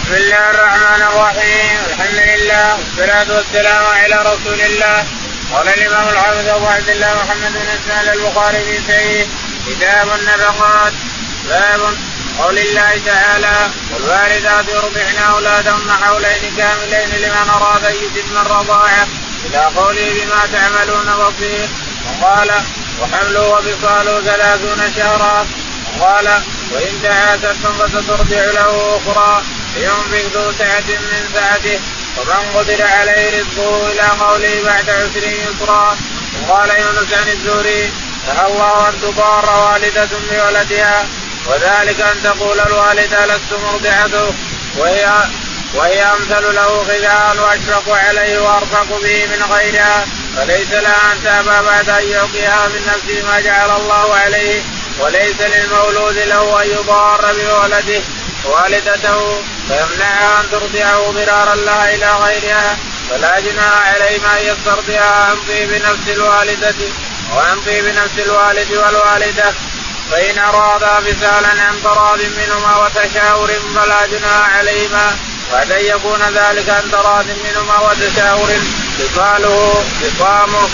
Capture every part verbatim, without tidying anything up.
بسم الله الرحمن الرحيم. الحمد لله والصلاة والسلام على رسول الله. قال الإمام الحافظ أبو عبد الله محمد بن إسماعيل البخاري في صحيحه كتاب النفقات باب قول الله تعالى والوالدات يرضعن أولادهن حولين كاملين لمن أراد أن يتم الرضاعة إلى قوله بما تعملون بصير. وقال وحمله وفصاله ثلاثون شهرا. وقال وإن تعاسرتم فسترضع له أخرى لينفق ذو سعة من سعته ومن قدر عليه رزقه إلى قوله بعد عسر يسرا. وقال يونس عن الزهري نهى الله أن تضار والدة بولدها وذلك أن تقول الوالدة لست مرضعته وهي, وهي أمثل له غذاء وأشفق عليه وأرفق به من غيرها فليس لها أن تأبى بعد أن يعطيها من نفسه ما جعل الله عليه وليس للمولود له أن يضار بولده والدته فيمنعها أن ترضعه ضرارا لها إلى غيرها فلا جناح عليهما أن يسترضعها عن طيب نفس الوالدة وعن طيب نفس الوالد والوالدة فإن أرادا فصالا عن تراض منهما وتشاور فلا جناح عليهما بعد أن يكون ذلك عن تراض منهما وتشاور فصاله فصامه.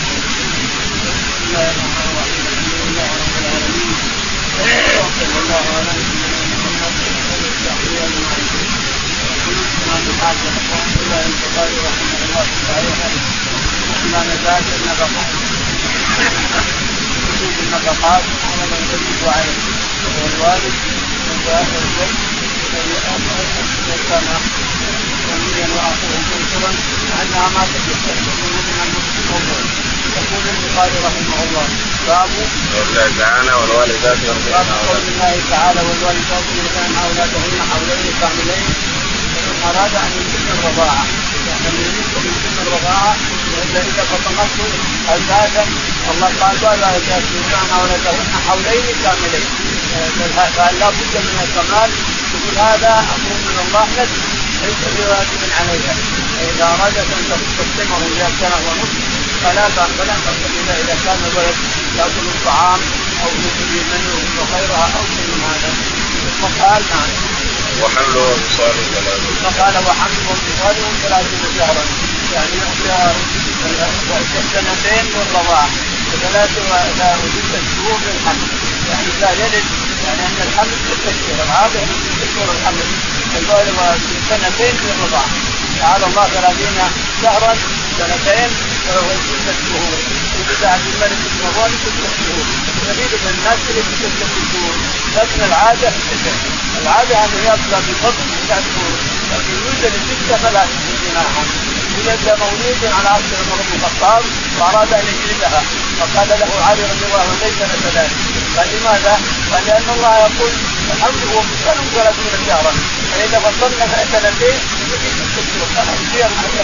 النفقات على من تجب عليه وهو الوالد من ذات الزوج والسماء ومن وآخره كنترا لأنها ما تجب من الموضوع. يقول البخاري رحمه الله باب قول الله تعالى والوالدات يرضعن قول الله تعالى والوالدات يرضعن أولادهن حولين كاملين ومن أراد أن يتم الرضاعة يعني من يتم الرضاعة إلا إذا فطمته أجازا الله قال ولا يرضعن أولادهن حولين كاملين فلا بد من الكمال. يقول هذا أمر من الله لك ليس بواجب عليها إذا أرادت أن تقسمه إلى سنة ونصف فلا فلا تقبل إذا كان الولد يأكل الطعام أو يأكل منه وغيرها أو شيء من هذا. وقال نعم وحمله وفصاله ثلاثون. فقال وحمله وفصاله ثلاثون شهرا يعني سنتين والرضاعة وثلاثة وستة شهور للحمل يعني لا يلد يعني أن الحمل ستة شهور هذا ستة شهور الحمل سنتين في الرضاعة تعالى الله ثلاثين شهرا سنتين وستة شهور وإذا عبد الملك بن مروان ستة شهور نريد من الناس ستة شهور لكن العادة العادة أن يبقى بفضل ستة شهور لكن يوجد ستة فلا جناح. إذا مولود على عبد عمر بن الخطاب وأراد أن يجلدها فقال له علي رضي الله عنه ليس لك ذلك. قال لماذا؟ قال لأن الله يقول الحمد هو مثل ثلاثين شهرا فإذا فصلنا سنتين فيها الحمد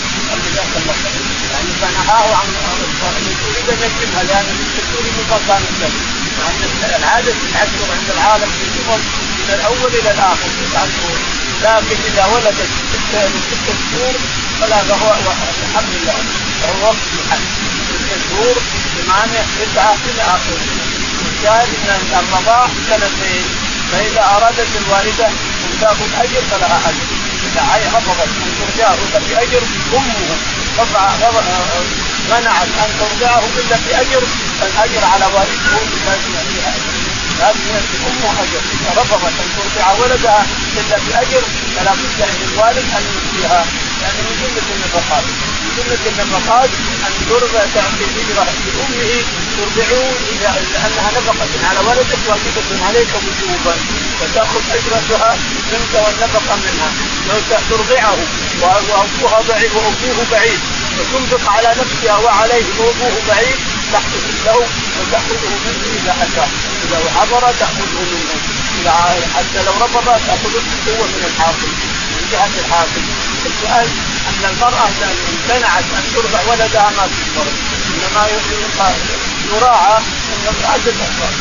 يعني فنهاه عن يريد أن يكتبها لأن الدكتور مفصل يعني العادة تتعذر عند العالم في الأمم من الأول إلى الآخر تتعذر لكن إذا ولدت ستة شهور فلا فهو الحمد لله هو وقت الحمل ستة شهور ثمانية تسعة إلى آخره. الشاهد أن الرضاع سنتين فإذا أرادت الوالدة أن تأخذ أجر فلها أجر إذا رفضت أن ترجعه بأجر أمه رفع منعت أن ترجعه إلا بأجر فالأجر على والده لازم يأتي أمه أجر رفضت أن ترجع ولدها إلا بأجر فلا بد للوالد أن يؤتيها يعني من جملة النفقات من جملة النفقات أن ترضع تعطي أجرة لأمه ترضعه لأنها نفقة على ولدك واجبة عليك وجوبا فتأخذ أجرتها منك والنفقة منها لو ترضعه وأبوها بعيد وأبوه بعيد وتنفق على نفسها وعليه وأبوه بعيد تحفظ له وتأخذه منه إذا أتى إذا حضر تأخذه منه إذا حتى لو رفض تأخذه هو من الحاكم من جهة الحاكم. السؤال أن المرأة إذا امتنعت أن ترضع ولدها ما تفرض إنما يراعى أن العدد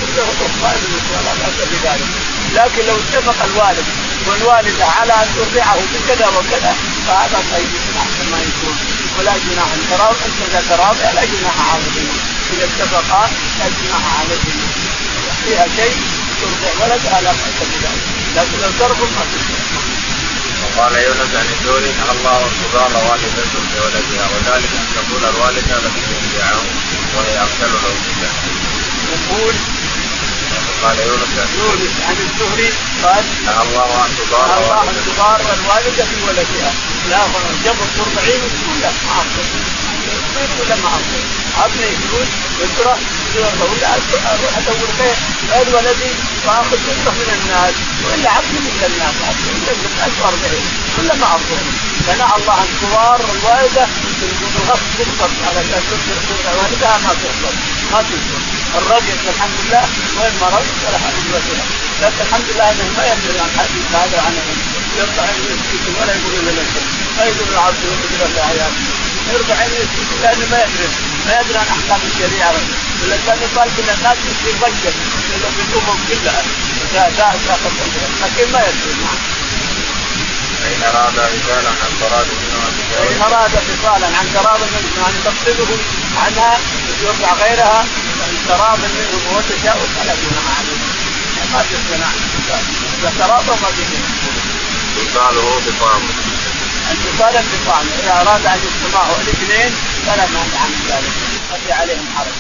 بذلك. لكن لو اتفق الوالد والوالدة على أن ترضعه بكذا وكذا فهذا طيب أحسن ما يكون ولا جناح تراض أنت تراض لا جناح عليهما إذا اتفقا لا جناح عليهما فيها شيء ترضع ولدها لا بأس بذلك لكن لو ترفض ما ترضع. قال يونس عن الزهري ان الله تضار والدة بولدها وذلك ان تقول الوالدة التي ترجعه وهي اغسل زوجها. يقول قال يونس يونس عن الزهري قال ان الله ان تضار الله ان تضار الوالدة بولدها لا جبر ترضعين كلها ما أفضل ولا ما أفضل عطني فلوس يكره يقول اروح ادور خير غير ولدي واخذ نصف من الناس ولا عبد من الناس ألف وأربعين كل ما أفضل فنهى الله عن كبار الوالدة بالغصب بالضبط على أساس تذكر والدها ما تحصل ما تحصل الرجل الحمد لله وين مرض ولا حد يوصلها لكن الحمد لله انه ما يدري عن حد هذا عنهم يرفع يسكت ولا يقول الا لك ما يقول العبد يقول له عيال يرفع يسكت لانه ما يدري ما يدري عن احكام الشريعه ولا كان يقال من الناس يصير بجد لو بيكونوا كلها لا لا لكن ما يدري. فإن أراد فصالا عن تراض منه فإن أراد فصالا عن تراض منه أن تفصله عنها يرجع غيرها تراض منه وتشاؤم فلا جناح عليه ما في جناح فتراض وما في جناح. فصاله بطعم انفصالا بطعم إذا أراد أن يجتمعوا الاثنين فلا مانع عن ذلك ففي عليهم حرج.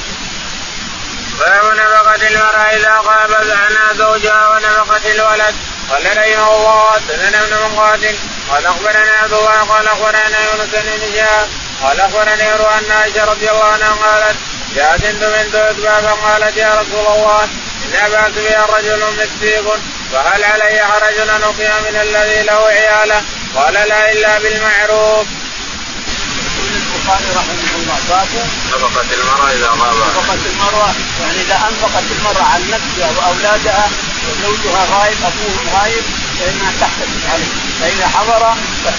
باب نفقة المرأة إذا غاب عنها زوجها ونفقة الولد. قال رحمه الله حدثنا ابن مقاتل قال اخبرنا عبد الله قال اخبرنا يونس بن شهاب قال اخبرني روى ان عائشة رضي الله عنها قالت جاءت هند بنت عتبة فقالت يا رسول الله ان بعث بها رجل مسيق فهل علي حرج ان اقيم من الذي له عياله؟ قال لا الا بالمعروف. البخاري رحمه الله باب نفقة المرأة إذا غاب نفقة المرأة يعني إذا أنفقت المرأة عن نفسها وأولادها وزوجها غايب أبوهم غايب فإنها تحتسب عليه فإذا حضر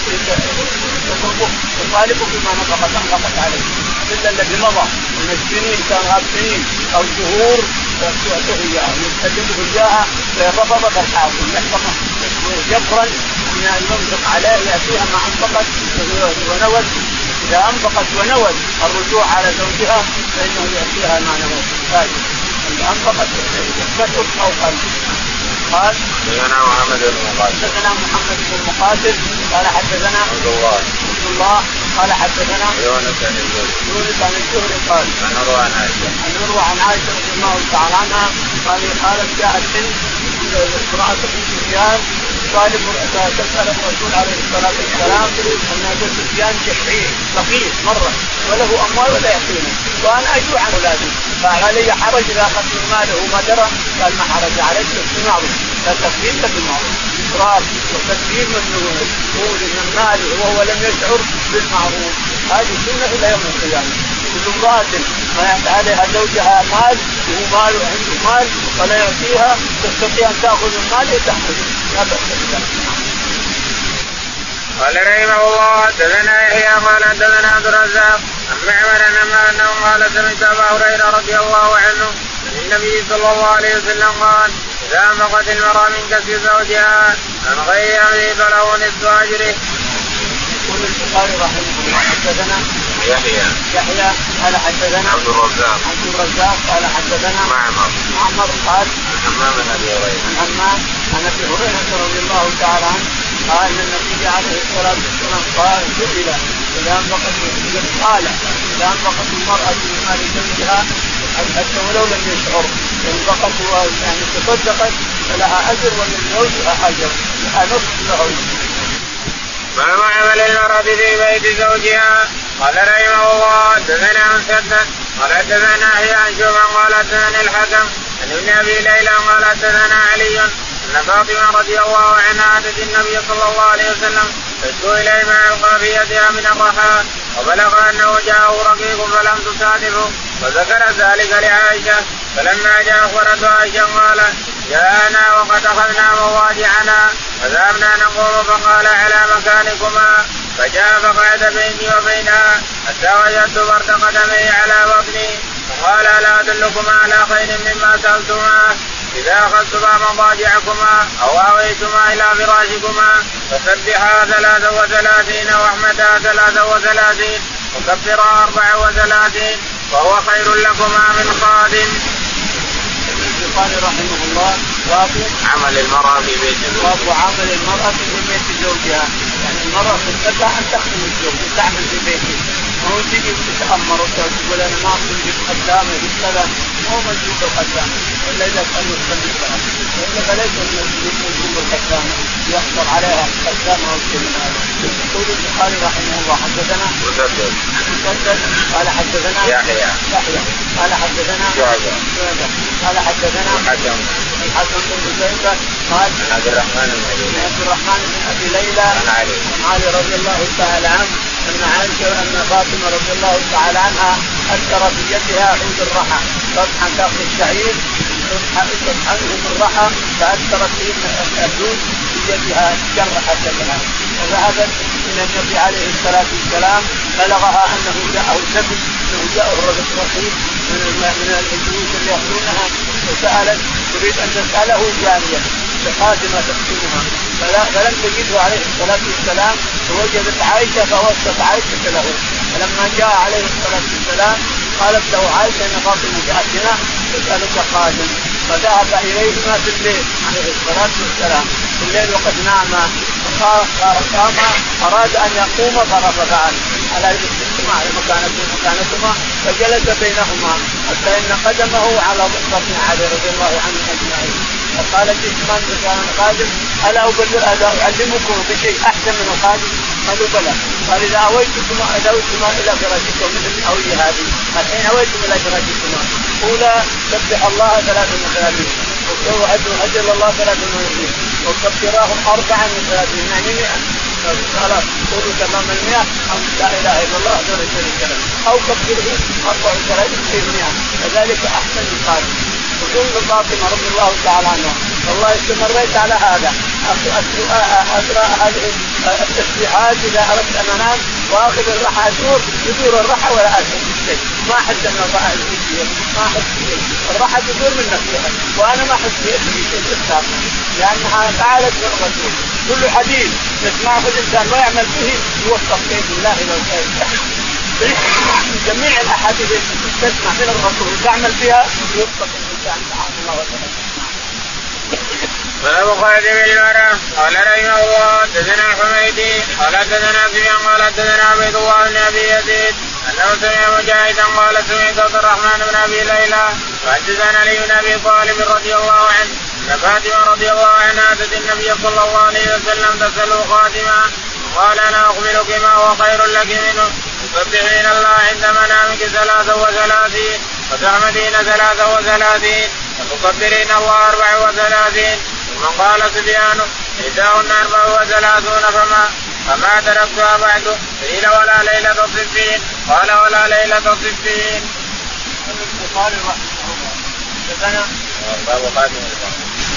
تطالبه بما نفقت أنفقت عليه إلا الذي مضى من السنين كان غاب سنين أو شهور تؤتيه إياه يستجيبه إياها فيرفض الحاكم يحكمه جبرا أن ينفق عليه يأتيها ما أنفقت ونود. إذا أنفقت ونود الرجوع على زوجها فإنه يأتيها ما نود ثاني أنفقت فتر أو قلب. قال حدثنا محمد بن مقاتل حدثنا محمد بن مقاتل قال حدثنا عبد الله عبد الله قال حدثنا يونس بن الزهري يونس بن الزهري قال عن عروة عن عائشة عن عروة عن عائشة رضي الله تعالى عنها قال قالت جاءت هند امرأة ابي سفيان طالب تسأل الرسول عليه الصلاة والسلام أن أبو سفيان شحيح فقير مرة وله أموال ولا يقينه وأنا أجوع عن أولادي فعلي حرج إذا أخذت من ماله ما درى قال ما حرج عليك بالمعروف لا تقديم بالمعروف إقرار وتسليم من يقول من ماله وهو لم يشعر بالمعروف هذه سنة إلى يوم القيامة. كل امرأة ما يأتي عليها زوجها مال وهو مال وعنده مال ولا يعطيها تستطيع أن تأخذ من ماله وتحمله لا بأس. قال رحمه الله حدثنا يحيى قال حدثنا عبد الرزاق عن معمر انه قال سمعت ابا هريره رضي الله عنه عن النبي صلى الله عليه وسلم قال اذا انفقت المراه من كسب زوجها عن غير امره فله نصف اجره. يقول البخاري رحمه الله حدثنا يحيى يحيى قال حدثنا عبد الرزاق عبد الرزاق قال حدثنا معمر معمر قال عن حمام بن ابي هريره عن حمام عن ابي هريره رضي الله تعالى عنه قال ان النبي عليه الصلاه والسلام قال سئل اذا انفقت قال اذا انفقت المراه من مال زوجها حتى ولو لم يشعر انفقت يعني تصدقت فلها اجر وللزوج اجر لها نصف له. باب عمل المرأة في بيت زوجها. قال رحمه الله حدثنا مسدد قال حدثنا يحيى عن شعبة قال حدثنا الحكم عن ابن ابي ليلى قال حدثنا علي ان فاطمة رضي الله عنها اتت النبي صلى الله عليه وسلم تشكو اليه ما يلقى في يدها من الرحى وبلغ انه جاءه رقيق فلم تصادفه وذكر ذلك لعائشة فلما جاء اخبرته عائشة قالت جاءنا وقد اخذنا مواجعنا فذهبنا نقوم فقال على مكانكما فجاء فقعد بيني وبينها حتى وجدت برد قدمي على بطني فقال لا ادلكما على خير مما سألتما إذا أخذتما مضاجعكما أو آويتما إلى فراشكما فسبحا ثلاثا وثلاثين واحمدا ثلاثا وثلاثين وكبرا أربعا وثلاثين وهو خير لكما من خادم. البخاري رحمه الله باب عمل المرأة في بيت باب عمل المرأة في بيت زوجها. يعني المرأة خدمتها أن تخدم الزوج وتعمل في بيته، ما هو تيجي وتتأمر وتقول أنا ما أقدر أجيب خدام وأجيب كذا، ما هو مجذوب الخدام إلا إذا كان يصلي لها، وإلا فليس مجذوب الخدام يحصل عليها خدام أو شيء من هذا. يقول البخاري رحمه الله حدثنا مسدد قال حدثنا يحيى يحيى قال حدثنا شعبة قال حدثنا الحكم الحسن بن زيد قال عبد الرحمن بن عبد الرحمن بن ابي ليلى عن علي عن علي رضي الله تعالى عنه ان عائشه ان فاطمه رضي الله تعالى عنها اثر في يدها عود الرحى، فتحا تاخذ الشعير تطحنه بالرحى فاثرت فيه العود في يدها جرحت يدها، وذهبت الى النبي عليه الصلاه والسلام بلغها انه جاءه النبي انه جاءه الرسول من من الجيوش اللي ياخذونها، وسالت تريد ان تساله جاريه بخادمه تخدمها، فلم تجده عليه الصلاه والسلام، فوجدت عائشه فوصت عائشه له، فلما جاء عليه الصلاه والسلام قالت له عائشه ان فاطمه جاءت هنا تسالك خادم، فذهب اليهما في الليل عليه الصلاه والسلام في الليل وقد نام، فقام اراد ان يقوم فرفض عنه على الاستماع مكانتهما فجلس بينهما حتى ان قدمه على ضفه علي رضي الله عنه اجمعين، وقالت عثمان كان خادم الا اعلمكم بشيء احسن من الخادم؟ قالوا بلى. قال اذا اويتكما اذا اويتكما الى فراشكم مثل الاويه هذه، الحين اويتم الى فراشكما اولى سبح الله ثلاثا وثلاثين وأجل الله ثلاثا وثلاثين وكبراهم اربعا وثلاثين يعني مئة، خلاص قولوا تمام المئة أو لا إله إلا الله لا شريك له أو كبره أربع وثلاثين في المئة، فذلك أحسن القادم. وقل فاطمة رضي الله تعالى عنها والله استمريت على هذا أقرأ هذه التسبيحات إذا أردت أن أنام وآخذ الرحى أدور يدور الرحى ولا أسمع شيء، ما أحس أن الرحى شيء، ما أحس شيء، الرحى تدور من نفسها وأنا ما أحس شيء بالتسبيح لأنها فعلت من الرسول. كل حديث يسمعه الإنسان ويعمل به يوفق بإذن الله إلى الخير. جميع الأحاديث تسمع من الرسول وتعمل بها يوفق الإنسان سبحانه الله وتعالى. باب خادم المرأة. قال رحمه الله حدثنا حميدي قال حدثنا سفيان قال حدثنا عبيد الله بن ابي يزيد انه سمع مجاهدا قال سمعت عبد الرحمن بن ابي ليلى وحدثنا علي بن ابي طالب رضي الله عنه ان فاطمه رضي الله عنها اتت النبي صلى الله عليه وسلم تسأله خادما قال انا اخبرك ما هو خير لك منه تسبحين الله عند منامك ثلاثا وثلاثين وتحمدين ثلاثا وثلاثين وتكبرين الله أربع وثلاثين. ثم قال سفيان إحداهن أربع وثلاثون فما فما تركتها بعد قيل ولا ليلة الصفين قال ولا ليلة الصفين. البخاري رحمه الله حدثنا باب خادم المرأة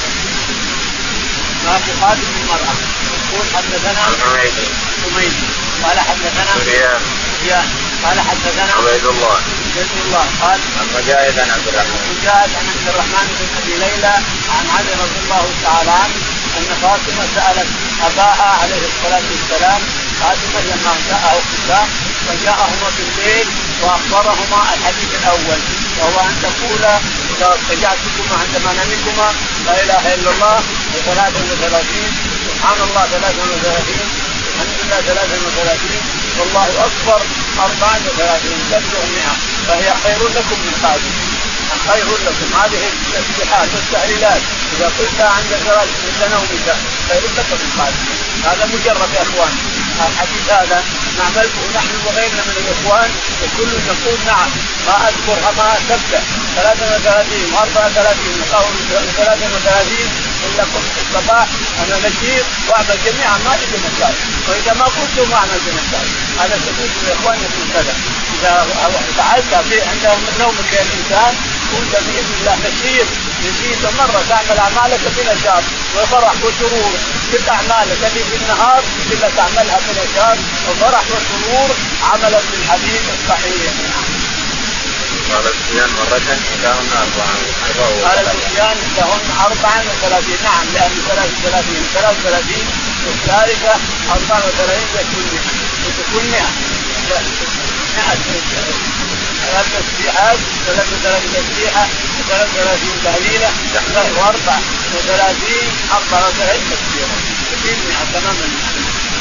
باب خادم المرأة يقول حدثنا حميدي حميدي قال حدثنا سفيان سفيان قال حدثنا عبيد الله عبيد الله قال عن مجاهد عن عبد الرحمن مجاهد عن عبد الرحمن بن ابي ليلى عن علي رضي الله تعالى عنه ان فاطمه سالت اباها عليه الصلاه والسلام فاطمه لما جاءه الختام فجاءهما في الليل واخبرهما الحديث الاول وهو ان تقول اذا اضطجعتكما عند منامكما لا اله الا الله وثلاثا وثلاثين سبحان الله ثلاثا وثلاثين الحمد لله ثلاثا وثلاثين والله اكبر اربعا وثلاثين تبلغ مئة، فهي خير لكم من خادم، خير لكم. هذه التسبيحات والتهليلات اذا قلتها عند الزواج من نومك خير لكم من خادم. هذا مجرد يا اخوان الحديث هذا نعمله نحن وغيرنا من الاخوان وكل نقول نعم ما اذكرها ما تبدا ثلاثا وثلاثين واربعا وثلاثين او ثلاثا وثلاثين إلا كنت في الصباح أنا نشيط وأعمل جميعا ما إلي مساج، وإذا ما قلت ما أعمل بمساج. هذا سبيل الإخوان يقول كذا إذا فعلت في عند نومك يا الإنسان كنت بإذن الله نشيط نشيط مرة تعمل أعمالك بنشاط وفرح وسرور. كل أعمالك التي في النهار إلا تعملها بنشاط وفرح وسرور عملا بالحديث الصحيح. قال سفيان مرة إحداهن أربعا قال سفيان إحداهن أربعا وثلاثين نعم لأن ثلاث وثلاثين ثلاث وثلاثين والثالثة أربعا وثلاثين تكون تكون مئة مئة ثلاث تسبيحات ثلاث وثلاثين تسبيحة ثلاث وثلاثين تهليلة وأربع وثلاثين أربعة وثلاثين تسبيحة تكون مئة تماما.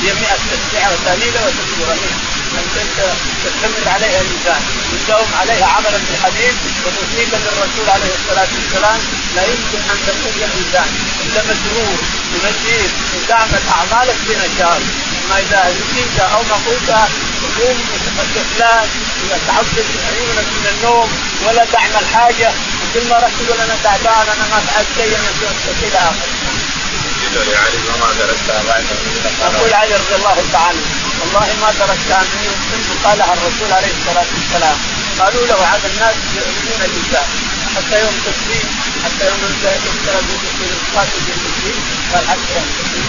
هي مئة تسبيحة وتهليلة وتكبيرة أن تستمر عليها الإنسان يداوم عليها عملا بالحديث وتصديقا للرسول عليه الصلاة والسلام. لا يمكن أن تكون الإنسان إلا مسرور بمزيد وتعمل أعمالك بنشاط. ما إذا نسيت أو نقلت تقوم باستقلال تعبد عيونك من النوم ولا تعمل حاجة وكل ما رحت تقول أنا تعبان أنا ما فعلت شيء أنا سويت إلى آخره. يقول علي رضي الله تعالى والله ما تركتها منذ قالها الرسول عليه الصلاة والسلام. قالوا له هذا الناس يؤمنون بالله حتى يوم تسليم حتى يوم يفترض بالقاتل بالمسلم قال حتى يوم تسليم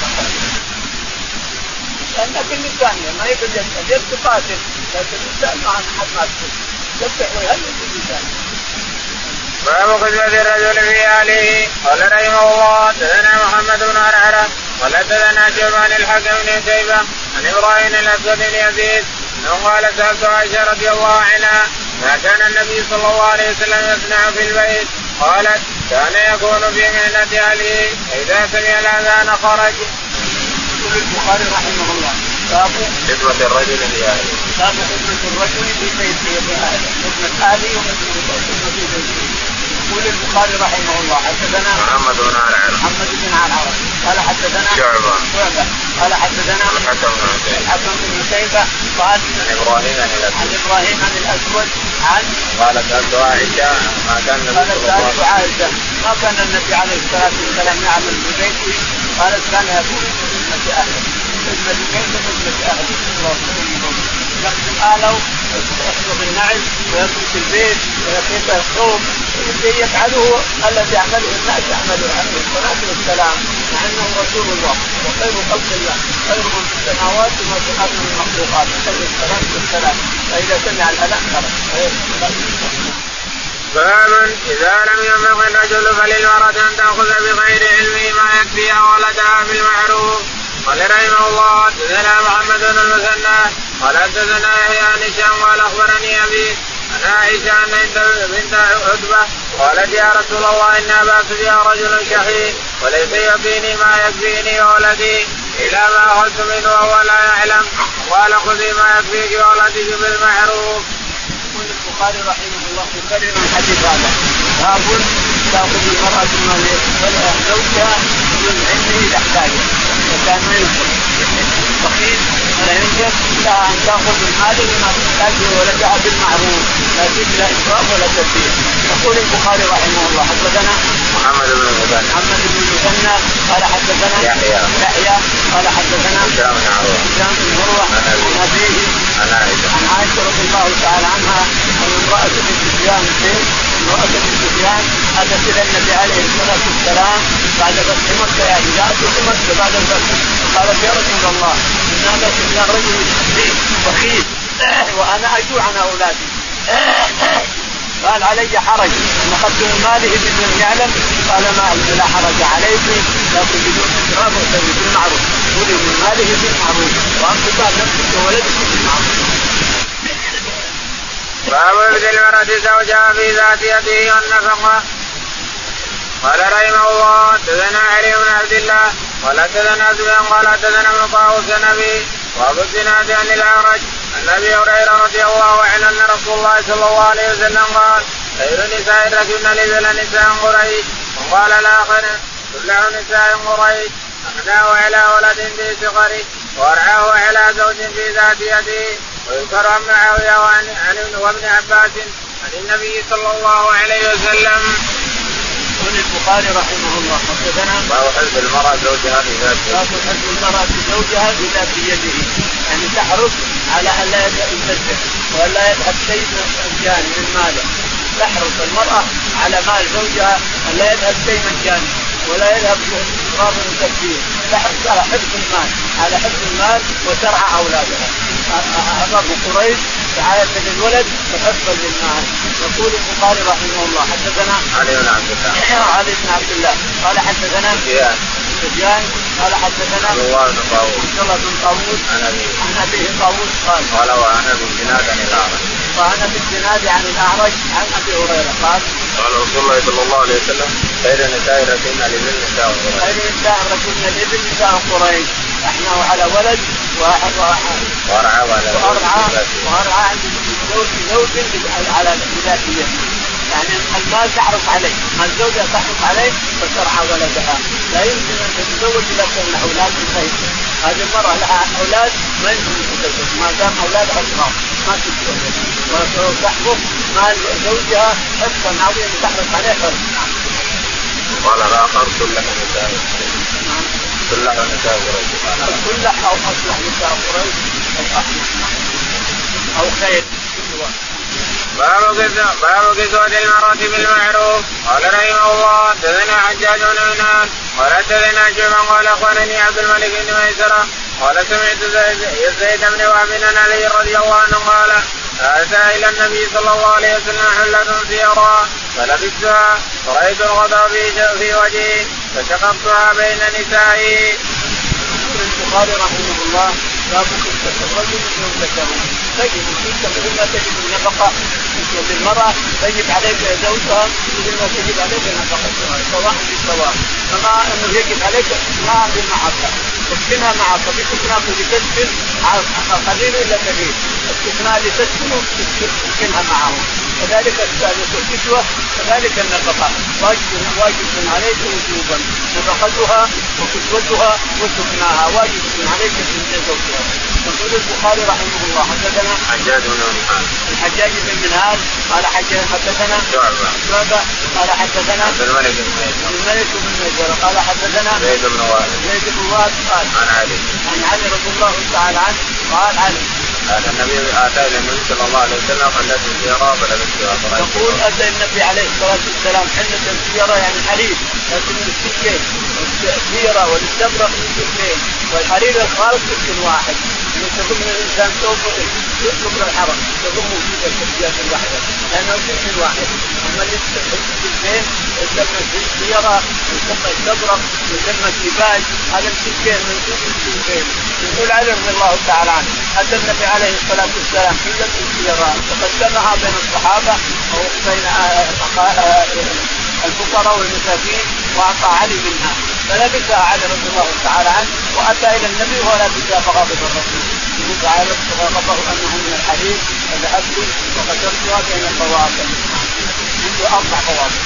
لأن كل ثانية ما يقدر يقدر تقاتل لكن الإنسان ما حد ما تقول يفتح ويهلل بالإنسان. باب خدمة الرجل في أهله. قال رحمه الله حدثنا محمد بن عرعرة قال حدثنا شيبان الحكم بن شيبة عن إبراهيم الأسود بن يزيد أنه قال سألت عائشة رضي الله عنها ما كان النبي صلى الله عليه وسلم يصنع في البيت؟ قالت كان يكون في مهنة أهله فإذا سمع الأذان خرج. يقول البخاري رحمه الله باب خدمة الرجل في أهله. باب خدمة الرجل في بيته خدمة أهله وخدمة في بيته. يقول البخاري رحمه الله حدثنا محمد بن عرعرة محمد بن عرعرة قال حدثنا شعبة قال حدثنا الحكم بن شيبة قال عن إبراهيم عن إبراهيم عن الأسود عن قال سألت عائشة ما كان سألت عائشة ما كان النبي عليه الصلاة والسلام يعمل في بيته؟ قالت كان يكون في خدمة أهله خدمة بيته خدمة أهله يخدم أهله يخدم النعل ويخدم البيت ويخدم الثوب الذي يفعله الذي يعمله الناس يعمله عليه الصلاة والسلام مع أنه رسول الله وخير خلق الله خير من في السماوات وما في الأرض من المخلوقات عليه الصلاة والسلام. فإذا سمع الأذان خرج. باب إذا لم ينبغي الرجل فللمرأة أن تأخذ بغير علمه ما يكفيها ولدها بالمعروف. قال رحمه الله حدثنا محمد بن المثنى قال حدثنا يحيى عن هشام قال أخبرني أبي عن عائشة أن بنت عتبة قالت يا رسول الله إن أباك بها رجل شحيح وليس يكفيني ما يكفيني وولدي إلى ما أخذت منه وهو لا يعلم قال خذي ما يكفيك وولدك بالمعروف. يقول البخاري رحمه الله يكرر الحديث هذا باب تأخذ المرأة من زوجها من علمه إذا احتاجه وكان ما ينفق بخيل ولا ينفق لها أن تأخذ المال لما تحتاجه ولدها بالمعروف لا تجد لا إسراف ولا تبذير. يقول البخاري رحمه الله حدثنا محمد بن المثنى محمد بن المثنى قال حدثنا يحيى يحيى قال حدثنا هشام بن عروة هشام بن عروة عن أبيه عن عائشة عن عائشة رضي الله تعالى عنها أن امرأة بنت سفيان امرأة بنت سفيان أتت إلى النبي عليه الصلاة والسلام بعد فتح مكة يعني جاءت في مكة بعد الفتح قالت يا رسول الله إن هذا سفيان رجل شديد بخيل وأنا أجوع عن أولادي قال علي حرج أن أخذت من ماله بدون يعلم قال ما لا حرج عليك لكن بدون إسراف وتبذير بالمعروف خذي من ماله بالمعروف وأنفقا نفسك وولدك بالمعروف. باب ابن المرأة زوجها في ذات يده والنفقة. قال رحمه الله حدثنا علي بن عبد الله قال حدثنا سفيان قال حدثنا ابن طاووس النبي وابو الزناد عن الأعرج عن ابي هريره رضي الله عنه ان رسول الله صلى الله عليه وسلم قال خير نساء ركبن الإبل نساء قريش وقال الاخر كلها نساء قريش أخذاه على ولد في صغره وارعاه على زوج في ذات يده. ويذكر عن معاوية وعن وابن عباس عن النبي صلى الله عليه وسلم. يقول البخاري رحمه الله حدثنا باب حفظ المرأة زوجها في ذات يده. باب حفظ المرأة زوجها في ذات يده يعني تحرص على ان لا يتزوج ولا يذهب شيء مجاني من ماله. تحرص المرأة على مال زوجها ان لا يذهب شيء مجاني ولا يذهب إسراف وتبذير. تحرص على حفظ المال على حفظ المال وترعى أولادها. أمر قريش رعاية للولد وحفظا للمال. يقول البخاري رحمه الله حدثنا علي بن عبد الله علي بن عبد الله قال حدثنا سفيان قال حدثنا عبد الله بن طاووس عبد الله بن طاووس عن أبيه عن أبيه طاووس قال قال وأنا بالزناد عن الأعرج وأنا بالزناد عن الأعرج عن أبي هريرة قال قال رسول الله صلى الله عليه وسلم خير نساء ركبن الإبل نساء قريش. خير نساء ركبن الإبل نساء قريش. احنا على ولد وأرعى وأرعى عند زوج زوج على ذاتها، يعني المال تحرص عليه، الزوجة تحرص عليه وترعى ولدها. لا يمكن أن تتزوج إلا كان أولاد الخير. هذه المرأة لها أولاد ما يمكن تتزوج ما دام أولادها صغار ما تتزوج، وتحفظ مال زوجها حفظا عظيما تحرص عليه حفظا. قال الآخر كلها نساء كلها نساء قريش كلها أو أصلح نساء قريش أو خير. باب كسوة المرأة بالمعروف. قال رحمه الله حدثنا حجاج بن منهال قال حدثنا شعبة قال أخبرني عبد الملك بن ميسرة قال سمعت زيد بن وهب بن علي رضي الله عنه قال أتى إلى النبي صلى الله عليه وسلم حلة سيراء فلبستها فرأيت الغضب في وجهي فشققتها بين نسائي. البخاري رحمه الله باب كسوة الرجل زوجته. تجد مثل ما تجد النفقة للمرأة تجب عليك زوجها مثل ما تجب عليك نفقتها سواء بالسواء، كما انه يجب عليك اسكنها بالمعصيه تسكنها معك بسكنها لتسكن قليل الا كثير السكنها لتسكن تسكنها معه، كذلك الكسوة كذلك النفقة واجب واجب عليك وجوبا نفقتها وكسوتها وسكنها واجب عليك من زوجها. يقول البخاري رحمه الله حدثنا حجاج بن منهال الحجاج بن منهال قال حجاج حدثنا شعبة قال حدثنا عبد الملك بن ميسرة الملك بن ميسرة قال حدثنا زيد بن وهب زيد بن وهب قال عن علي عن علي رضي الله تعالى عنه قال علي قال النبي آتى إلى النبي صلى الله عليه وسلم حلة سيراء فلبستها. يقول أتى النبي عليه الصلاة والسلام حلة سيراء يعني حرير لكن من السكين السيراء والاستبرق من السكين والحرير الخالص سكين واحد يستخدم الإنسان توفر يطلب الحرم يضمه في السكيات الواحدة لأنه سكين واحد. أما اللي السكين يسمى السيراء يسمى استبرق يسمى سباج هذا السكين من السكين. يقول علي رضي الله تعالى عنه أتى النبي عليه الصلاة والسلام حلة السيراء فقسمها بين الصحابة أو بين الفقراء والمساكين وأعطى علي منها فلبسها علي رضي الله تعالى عنه وأتى إلى النبي ولا لبسها فغضب الرسول يقول تعالى فغضبه أنه من الحديث فذهبت وقسمتها بين الطوافل منذ أربع طوافل.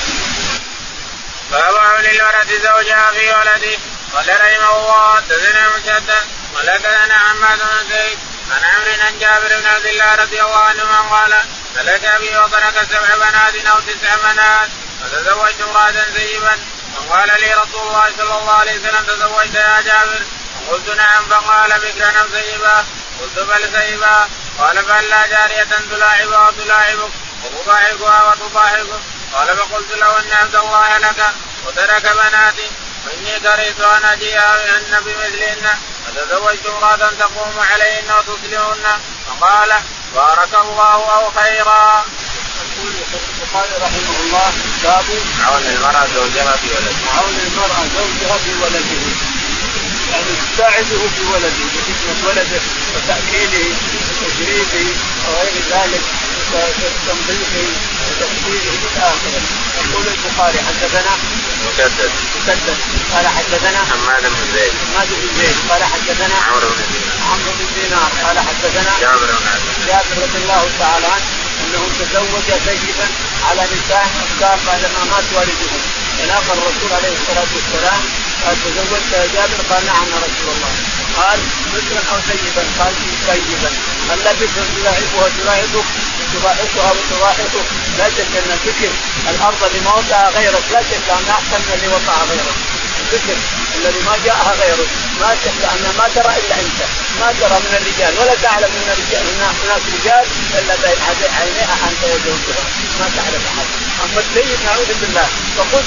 باب عون المرأة زوجها في ولده. قال رحمه الله حدثنا مسدد قال حدثنا حماد بن زيد عن عمرو عن جابر بن عبد الله رضي الله عنهما قال ملك أبي وترك سبع بنات أو تسع بنات فتزوجت امرأة زيبا فقال لي رسول الله صلى الله عليه وسلم تزوجت يا جابر؟ قلت نعم. فقال بكرا أم زيبا؟ قلت بل زيبا. قال فهلا جارية تلاعبها وتلاعبك وتضاحكها وتضاحكك؟ قال فقلت له ان عبد الله لك وترك بناتي واني كرهت ان اجيء بهن بمثلهن فتزوجت امرأة تقوم عليهن وتصلحهن. فقال بارك الله او خيرا. يقول البخاري رحمه الله باب عون المرأة زوجها في ولده. عون المرأة زوجها في ولده يعني تساعده في ولده بخدمة ولده وتأكيله وتجريبه وغير ذلك وتنظيفه وتأكيله إلى آخره. يقول البخاري حدثنا مسدد مسدد قال حدثنا حماد بن زيد حماد بن زيد قال حدثنا عمرو بن دينار عمرو بن دينار قال حدثنا جابر بن عبد الله جابر رضي الله تعالى عنه انه تزوج سيدا على نساء افكار بعدما مات والدهم فلاقى الرسول عليه الصلاه والسلام قال تزوجت يا جابر؟ قال نعم يا رسول الله. قال مثلا او سيدا؟ قال سيدا. هل بكر تلاعبها تلاعبك وتضاحكها وتضاحكك؟ لا شك ان الفكر الارض لما وضعها غيرك لا شك ان احسن من اللي وضعها غيرك. الفكر الذي ما جاءها غيرك ما شك ان ما ترى الا انت ما ترى من الرجال ولا تعلم من الرجال هناك رجال الا بين عينيها انت وزوجها ما تعرف احد. اما السيد نعوذ بالله فخذ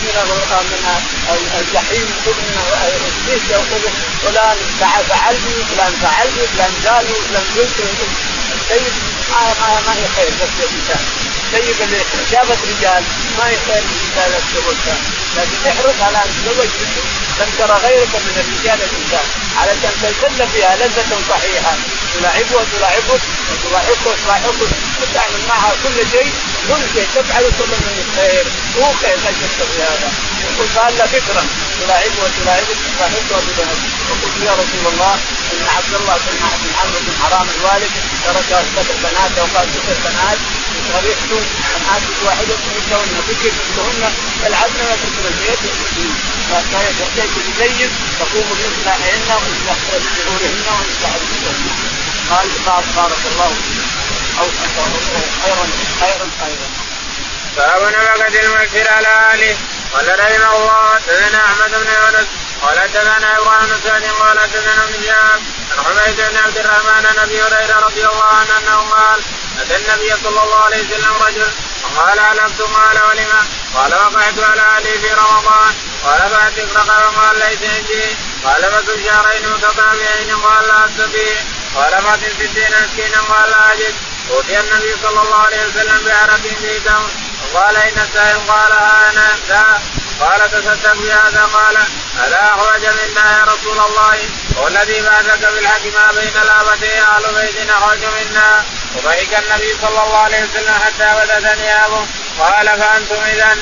من الجحيم خذ من السيس وخذ فلان فعل بي فلان فعل بي فلان قال لي فلان قلت السيد ما ما هي خير بس الانسان السيد اللي جابت رجال ما هي خير الانسان الزوجها لكن احرص على ان تزوج لن ترى غيرك من الرجال الانسان علشان تلتزم فيها لذة صحيحة تلاعبه وتلاعبك وتلاعبك وتلاعبك وتعمل معها كل شيء كل شيء تفعل كل من الخير هو خير لا شك في هذا. يقول قال لا فكرا تلاعب وتلاعبك صاحبها ببنات. وقلت يا رسول الله ان عبد الله بن عمرو بن حرام الوالد ترك سبع بنات وقال سبع بنات ورحت ان اتي واحده منهن بكر منهن يلعبن وتكر البيت والمسلمين فكانت اتيت بزيد تقوم باصلاحهن واصلاح ظهورهن واصلاح بيوتهن. قال بارك الله او خيرا خيرا خيرا. باب نفقة المسجد على اهله. قال رحمه الله حدثنا احمد بن يونس قال حدثنا ابراهيم بن سعد قال حدثنا ابن شهاب عن حميد بن عبد الرحمن عن ابي هريره رضي الله عنه انه قال اتى النبي صلى الله عليه وسلم رجل وقال هلكت قال ولما قال وقعت على اهلي في رمضان قال فاتك رقبه قال ليس عندي قال فكل شهرين متتابعين قال لا استطيع قال فاتن ستين مسكينا قال لا اجد. أوتي النبي صلى الله عليه وسلم بعرق في تمر قال إن السائل قال ها أنا ذا قال تصدق بهذا قال ألا أخرج منا يا رسول الله والذي بعثك بالحق ما بين لابتي أهل بيت أخرج منا. وضحك النبي صلى الله عليه وسلم حتى بدت ثيابه قال فأنتم إذن.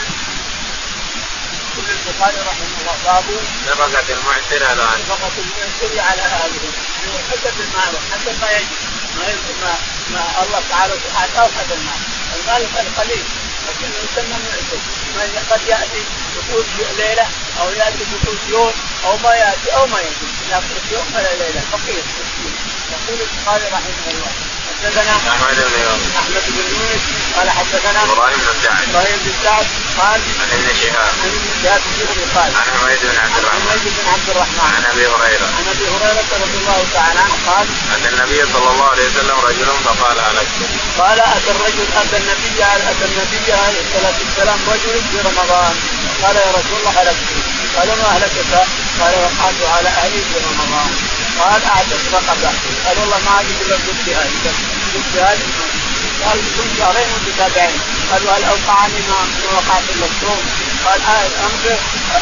يقول البخاري رحمه الله باب نفقة المعسر على أهله. نفقة المعسر على أهله حسب المال حسب ما يجب ما ما الله تعالى سبحانه أوحد المال. المال القليل لكن يسمى معسر. قد يأتي دخول ليلة أو يأتي دخول يوم أو ما يأتي أو ما يأتي لكن يوم ولا ليلة فقير. يقول البخاري رحمه الله حدثنا أحمد بن يونس أحمد بن يونس قال حدثنا إبراهيم بن سعد إبراهيم بن سعد قال عن ابن شهاب عن ابن شهاب قال عن حميد بن عبد الرحمن حميد بن عبد الرحمن عن أبي هريرة عن أبي هريرة رضي الله تعالى عنه قال أتى النبي صلى الله عليه وسلم رجل فقال هلكت. قال أتى الرجل أتى النبي أتى النبي عليه الصلاة والسلام رجل في رمضان قال يا رسول الله هلكت. قال ما أهلكت؟ قال وقعت على أهلي في رمضان. قال أعتق رقبة. قال والله ما أجد إلا قلت هذه قلت هذه قال كنت شهرين متتابعين. قال وهل أوقعني ما وقعت إلا الصوم؟ قال أنفق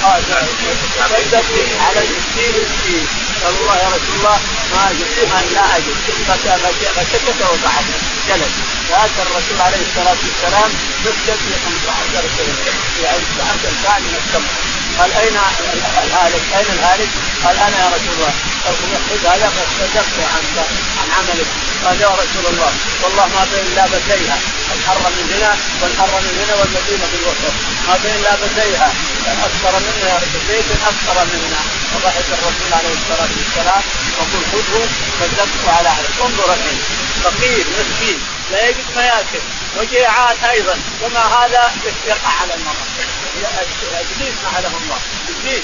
تصدق على المسكين المسكين. قال والله يا رسول الله ما أجد ما لا أجد فسكت وقعت جلس. فأتى الرسول عليه الصلاة والسلام مسجد في خمسة عشر سنة يعني عشر ساعة من التمر. قال أين الهالك؟ أين الهالك؟ قال أنا يا رسول الله. قال خذ هذا فاصدقت عن عن عملك. قال يا رسول الله والله ما بين لابتيها الحر من هنا والحر من هنا والمدينة في الوسط ما بين لابتيها أكثر منها يا رسول بيت أكثر منها. وضحك الرسول عليه الصلاة والسلام وقل خذه فاصدقت على عملك. انظر الحين فقير مسكين لا يجد ما يأكل وجيعان أيضا وما هذا يقع على المرأة. إبليس معله الله إبليس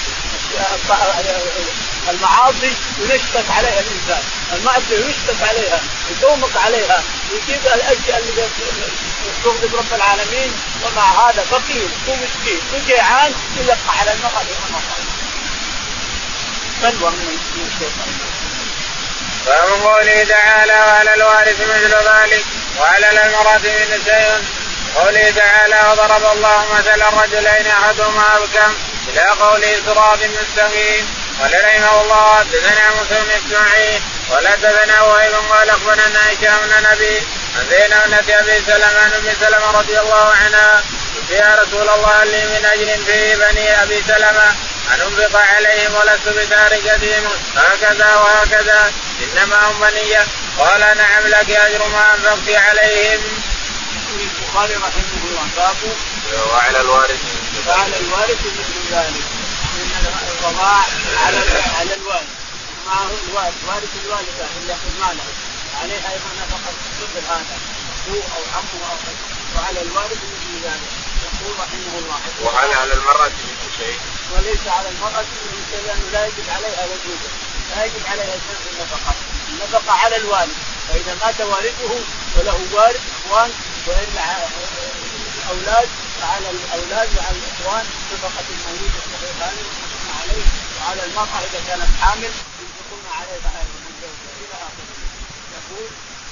المعاصي ينشبك عليها الإنسان المعصية ينشبك عليها يدومك عليها ويجيب الأشياء اللي تغضب رب العالمين. ومع هذا فقير ومسكين وجيعان يلقى على المرأة بأمرها بلوى من الشيطان. فمن قوله تعالى وعلى الوارث مثل ذلك وعلى المرأة من شيء. قوله تعالى وضرب الله مثلا رجلين أحدهما أبكم إلى قوله صراط مستقيم. قال رحمه الله حدثنا مسلم بن اسماعيل قال حدثنا وهيب قال أخبرنا هشام بن نبي عن زينب بنت أبي سلمة عن أم سلمة رضي الله عنها يا رسول الله لي من أجل في بني أبي سلمة أن أنفق عليهم ولست بتاركتهم هكذا وهكذا إنما هم بنية. قال نعم لك أجر ما أنفقت عليهم. البخاري رحمه الله باب وعلى الوارث وعلى الوارث مثل ذلك إن الرضاع على على الوارث معه الوارث وارث الوالدة اللي يأخذ ماله عليها أيضا نفقة مثل هذا أخوه أو عمه أو أخوه. وعلى الوارث مثل ذلك. يقول رحمه الله وهل على المرأة من شيء؟ وليس على المرأة من شيء لأنه لا يجب عليها وجوده لا يجب عليها شيء في النفقة. النفقة على الوالد فإذا مات والده وله وارث إخوان وإن أولاد فعلى الأولاد وعلى الإخوان نفقة المولود الصغيران ينفقون عليه. وعلى المرأة إذا كانت حامل ينفقون عليها إلى آخره. يقول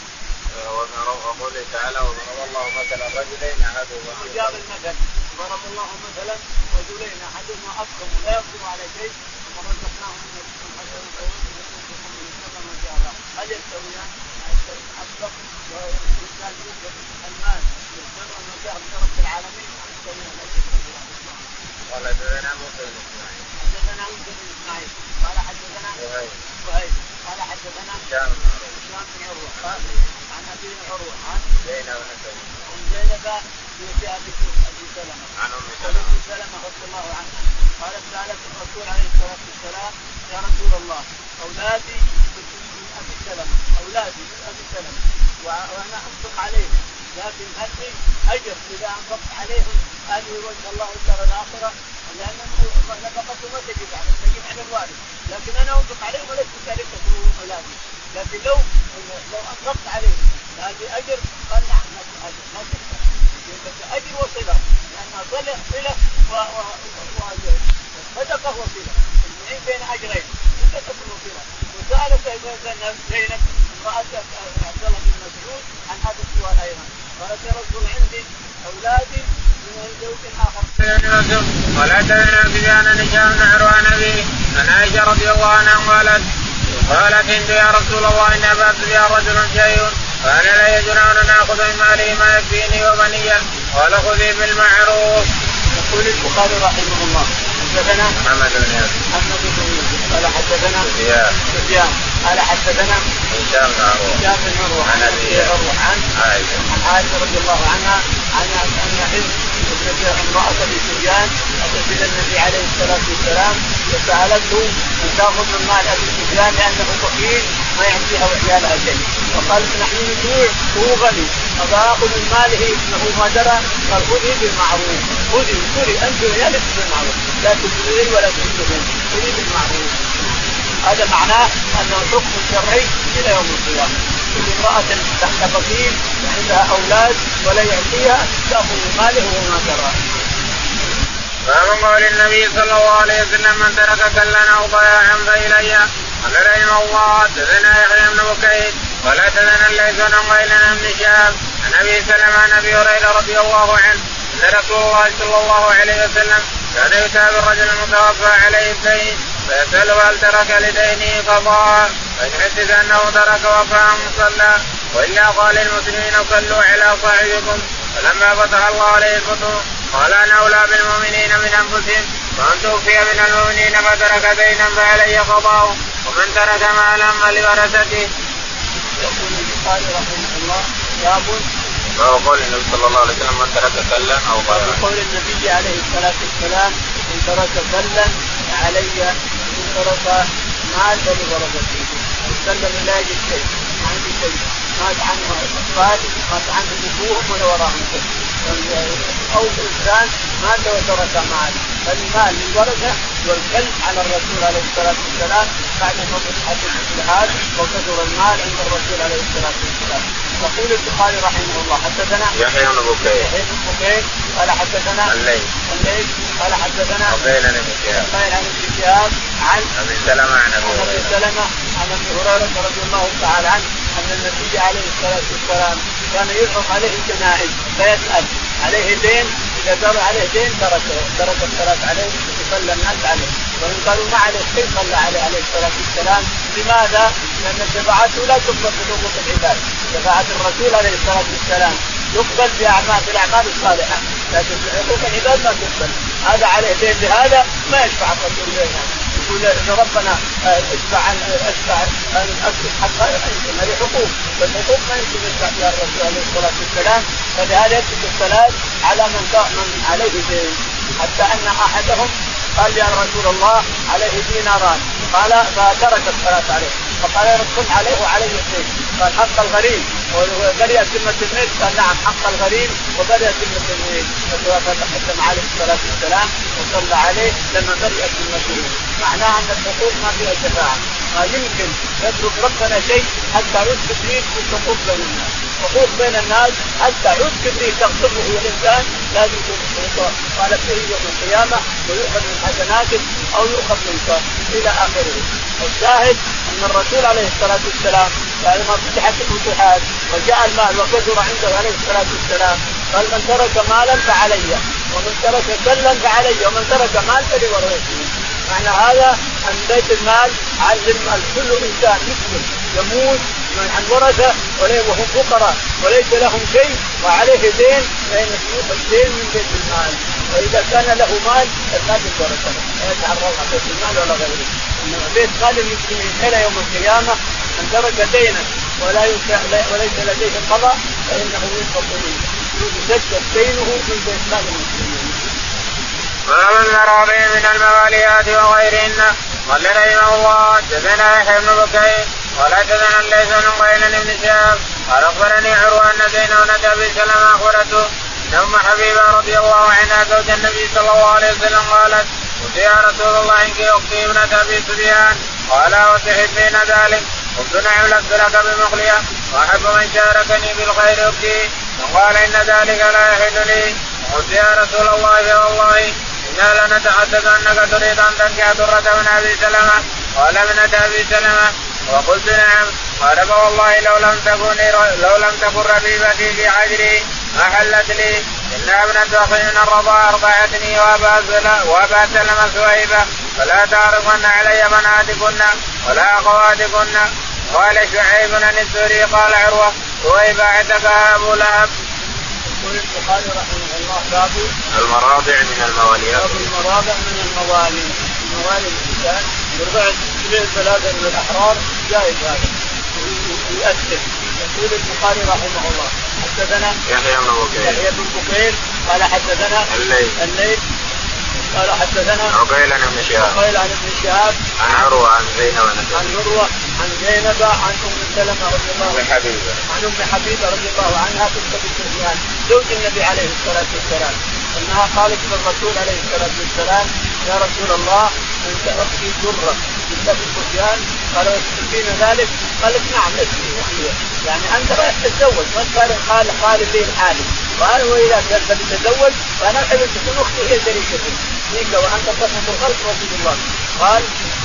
وقوله تعالى وضرب الله مثلا رجلين أحدهما جاب المثل ضرب الله مثلا رجلين أحدهما أفقم لا يقدر على شيء ومن رزقناهم من رزق حسن فينفقون من كما ما شاء الله. هل يستويان؟ أفقم والإنسان ينفق المال يستمر من شاء رب العالمين قال حدثنا موسى بن اسماعيل حدثنا موسى بن اسماعيل قال حدثنا وهيب وهيب قال حدثنا هشام بن هشام بن عروه قال عن ابي عروه عن زينب بن سلمة عن زينب بنت ابي ابي سلمه عن ام ام سلمه رضي الله عنها قالت سالت الرسول عليه الصلاه والسلام يا رسول الله اولادي من ابي سلمه اولادي من ابي سلمه وانا انفق عليهم لكن هل لي اجر اذا انفقت عليهم هل وجه الله والدار الاخره؟ لان نفقته ما تجب عليه تجب على الوالد لكن انا انفق عليهم ولست شاركه اولادي لكن لو لو انفقت عليهم هذه اجر قال نعم هذه اجر ما تكفى اجر وصله لان صله صله وصدقه وصله الجمعين بين اجرين صدقه وصله وسالت زينب امراه عبد الله بن مسعود عن هذا السؤال ايضا قالت يا رسول عندي اولادي من زوج اخر. قال حدثنا سفيان بن هشام بن عروه نبي عن عائشه رضي الله عنها قالت قالت انت يا رسول الله ان ابا سفيان رجل شيء قال لا يجوز ان ناخذ من ماله ما يكفيني وبني قال خذي بالمعروف. يقول البخاري رحمه الله حدثنا محمد بن يوسف محمد بن يوسف قال حدثنا سفيان سفيان قال حدثنا هشام بن عروه هشام بن عروه عن ابي عن عائشه عن عائشه رضي الله عنها عن ان هند امراه ابي سفيان اتت الى النبي عليه الصلاه والسلام وسالته ان تاخذ من مال ابي سفيان لانه فقير ما يعطيها وعيالها شيء وقالت نحن نجوع وهو غني فاخذ من ماله انه ما درى قال خذي بالمعروف خذي خذي انت وعيالك بالمعروف لا تجرين ولا تجرين خذي بالمعروف. هذا معناه انه الحكم الشرعي الى يوم القيامه كل امراه تحت فقير عندها اولاد ولا يعطيها تاخذ من ماله وما درى. باب قول النبي صلى الله عليه وسلم من ترك كلا او ضياعا فإلي قال رحمه الله حدثنا يحيى بن بكير قال حدثنا الليث عن غيلان بن شهاب عن ابي سلمة عن ابي هريرة رضي الله عنه ان رسول الله صلى الله عليه وسلم كان يتابع الرجل المتوفى عليه الدين فيسأل هل ترك لدينه قضاء فإن حدث انه ترك وفاء مصلى والا قال للمسلمين صلوا على صاحبكم فلما فتح الله عليه الفتوح قال انا اولى بالمؤمنين من انفسهم ومن توفي من المؤمنين فترك دينا فعليه قضاء ومن ترك مالا فلورثته. يقول البخاري رحمه الله باب قول النبي صلى الله عليه وسلم من ترك كلا او ضياعا. قول النبي عليه الصلاه والسلام من ترك كلا علي من ترك مال فلورثته الكلا لا يجد شيء ما عنده شيء مات عنه اطفال مات عنه ابوهم ولا وراهم شيء او انسان مات وترك مال فالمال للورثه والكلب على الرسول عليه الصلاه والسلام بعد ما فتحت الجهاد وكثر المال عند الرسول عليه الصلاه والسلام. يقول البخاري رحمه الله حدثنا يحيى بن بكير يحيى بن بكير قال حدثنا الليث الليث قال حدثنا قيل عن ابن شهاب قيل عن ابن شهاب عن ابي سلمة عن ابي ابي سلمة عن ابي هريرة رضي الله تعالى عنه ان النبي عليه الصلاه والسلام كان يعرض عليه الجنائز فيسال عليه دين اذا قالوا عليه دين تركه ترك الصلاه عليه وصلى الناس عليه وان قالوا ما عليه شيء صلى عليه عليه الصلاه والسلام. لماذا؟ لان شفاعته لا تقبل بحقوق العباد شفاعه الرسول عليه الصلاه والسلام يقبل باعمال بالاعمال الصالحه لكن حقوق العباد ما تقبل. هذا عليه دين بهذا ما يشفع الرسول بينه يقول ان ربنا اشفع عن اشفع عن حق هذه حقوق والحقوق ما يمكن يشفع فيها الرسول عليه الصلاه والسلام. فلهذا يكتب الصلاه على من من عليه دين حتى ان احدهم قال يا رسول الله عليه ديناران قال فترك الصلاه عليه فقال يا رسول عليه وعليه الدين قال حق الغريب وبرئ ذمة الميت قال نعم حق الغريب وبرئ ذمة الميت فتقدم عليه الصلاة والسلام وصلى عليه لما برئت ذمته. معناه أن الحقوق ما فيها شفاعة ما يمكن يترك ربنا شيء حتى يعود كبريت في الحقوق بين الناس حقوق بين الناس حتى يعود كبريت تغضبه الإنسان لازم يكون قال فيه يوم القيامة ويؤخذ من حسناته أو يؤخذ منك إلى آخره. الشاهد أن الرسول عليه الصلاة والسلام بعد ما فتحت الفتوحات وجاء المال وكثر عنده عليه الصلاة والسلام قال من ترك مالا فعلي ومن ترك كلا فعلي ومن ترك مال فلورثته. معنى هذا أن بيت المال علم كل إنسان مسلم يموت عن ورثة وهم فقراء وليس لهم شيء وعليه دين فإن يؤخذ دين من بيت المال واذا كان له مال فالمال ورثه لا يتعرض على المال ولا غيره. انما بيت مال المسلمين الى يوم القيامه من ترك دينا ولا وليس لديه قضاء فانه ينفق يسدد دينه من بيت مال المسلمين. باب المراضي من المواليات وغيرهن. قال رحمه الله حدثنا يحيى بن بكير قال حدثنا الليث بن قيل بن شهاب قال اخبرني عروه ان زينب ابي سلمة اخبرته ان ام حبيبه رضي الله عنها زوج النبي صلى الله عليه وسلم قالت قلت يا رسول الله انك اختي ابنه ابي سفيان قال وتحبين ذلك؟ قلت نعم لست لك بمخليه واحب من شاركني بالخير ابكي. وقال ان ذلك لا يحل لي. قلت يا رسول الله والله إنا لنتحدث أنك تريد أن تنكح درة من أبي سلمة قال ابنة أبي سلمة وقلت نعم. قال فوالله لو لم تكن لو لم تكن ربيبتي في عجلي ما حلت لي. إن ابنة أخي من الرضاعة أرضعتني وأبا سلمة سويبة فلا تعرفن علي بناتكن ولا أخواتكن. قال شعيب بن السوري قال عروة سويبة اعتقها أبو لهب. يقول البخاري رحمه الله باب المراضع من المواليات. باب المراضع من الموالي. الموالي الإنسان يرضع ثلاثة من الأحرار جائز هذا يؤثر. يقول البخاري رحمه الله حدثنا يحيى بن بكير يحيى بن بكير قال حدثنا الليث الليث قال حدثنا عقيل عن ابن شهاب عقيل عن ابن شهاب عن عروة عن زينب عن عروة عن زينب عن ام سلمة رضي الله عنها عن ام حبيبة رضي الله عنها بنت ابي سفيان زوج النبي عليه الصلاة والسلام انها قالت للرسول عليه الصلاة والسلام يا رسول الله انت اختي درة بنت ابي سفيان قال وتحبين ذلك؟ قالت نعم اسمي وحية يعني انت رايح تتزوج ما قال قال قال لي الحالي وانا واذا كنت تتزوج فانا احب ان تكون اختي هي شريكتي فيك وانت صفة الخلق رسول الله. قال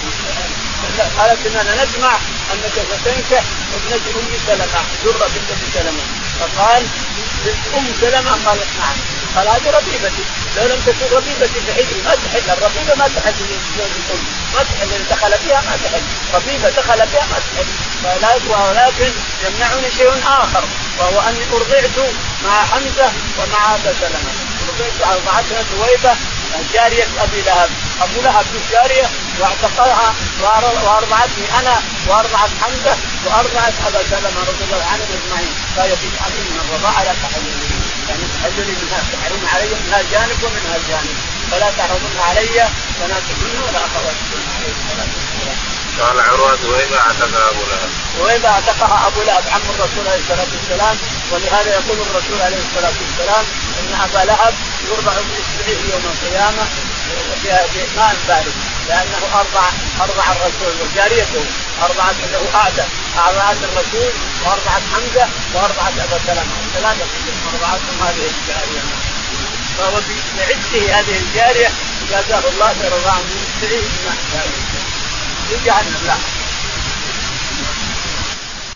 قالت اننا نسمع انك ستنكح ابنة ام سلمة درة بنت ام سلمة. فقال ام سلمة قالت نعم. قال هذه ربيبتي لو لم تكن ربيبتي بحجري ما تحل. الربيبة ما تحل ما تحل اللي دخل فيها ما تحل. ربيبة دخل فيها ما تحل. ولكن يمنعني شيء آخر وهو أني أرضعت مع حمزة ومع أبا سلمة. أرضعت أرضعتنا سويبة جارية أبي لهب. أبو لهب جارية واعتقلها وأرضعتني أنا وأرضعت حمزة وأرضعت أبا سلمة رضي الله عنهم أجمعين. فهي في حل من الرضاعة لا تحل يعني تحل لي منها تحرم علي منها جانب ومنها جانب فلا تحرمن علي بناتكن ولا أخواتكن عليه الصلاة والسلام. قال عروة سويبة اعتقها أبو لهب. سويبة اعتقها أبو لهب عم الرسول عليه الصلاة والسلام. ولهذا يقول الرسول عليه الصلاة والسلام إن أبا لهب يرضع بإصبعه يوم القيامة في ماء بارد لأنه أرضع أرضع الرسول وجاريته أرضعت له أعدى أرضعت الرسول وأرضعت حمزة وأرضعت أبا سلمة ثلاثة أرضعتهم هذه الجارية. فهو بعزه هذه الجارية جازاه الله برضاعة من إصبعه ماء بارد. يجعل الله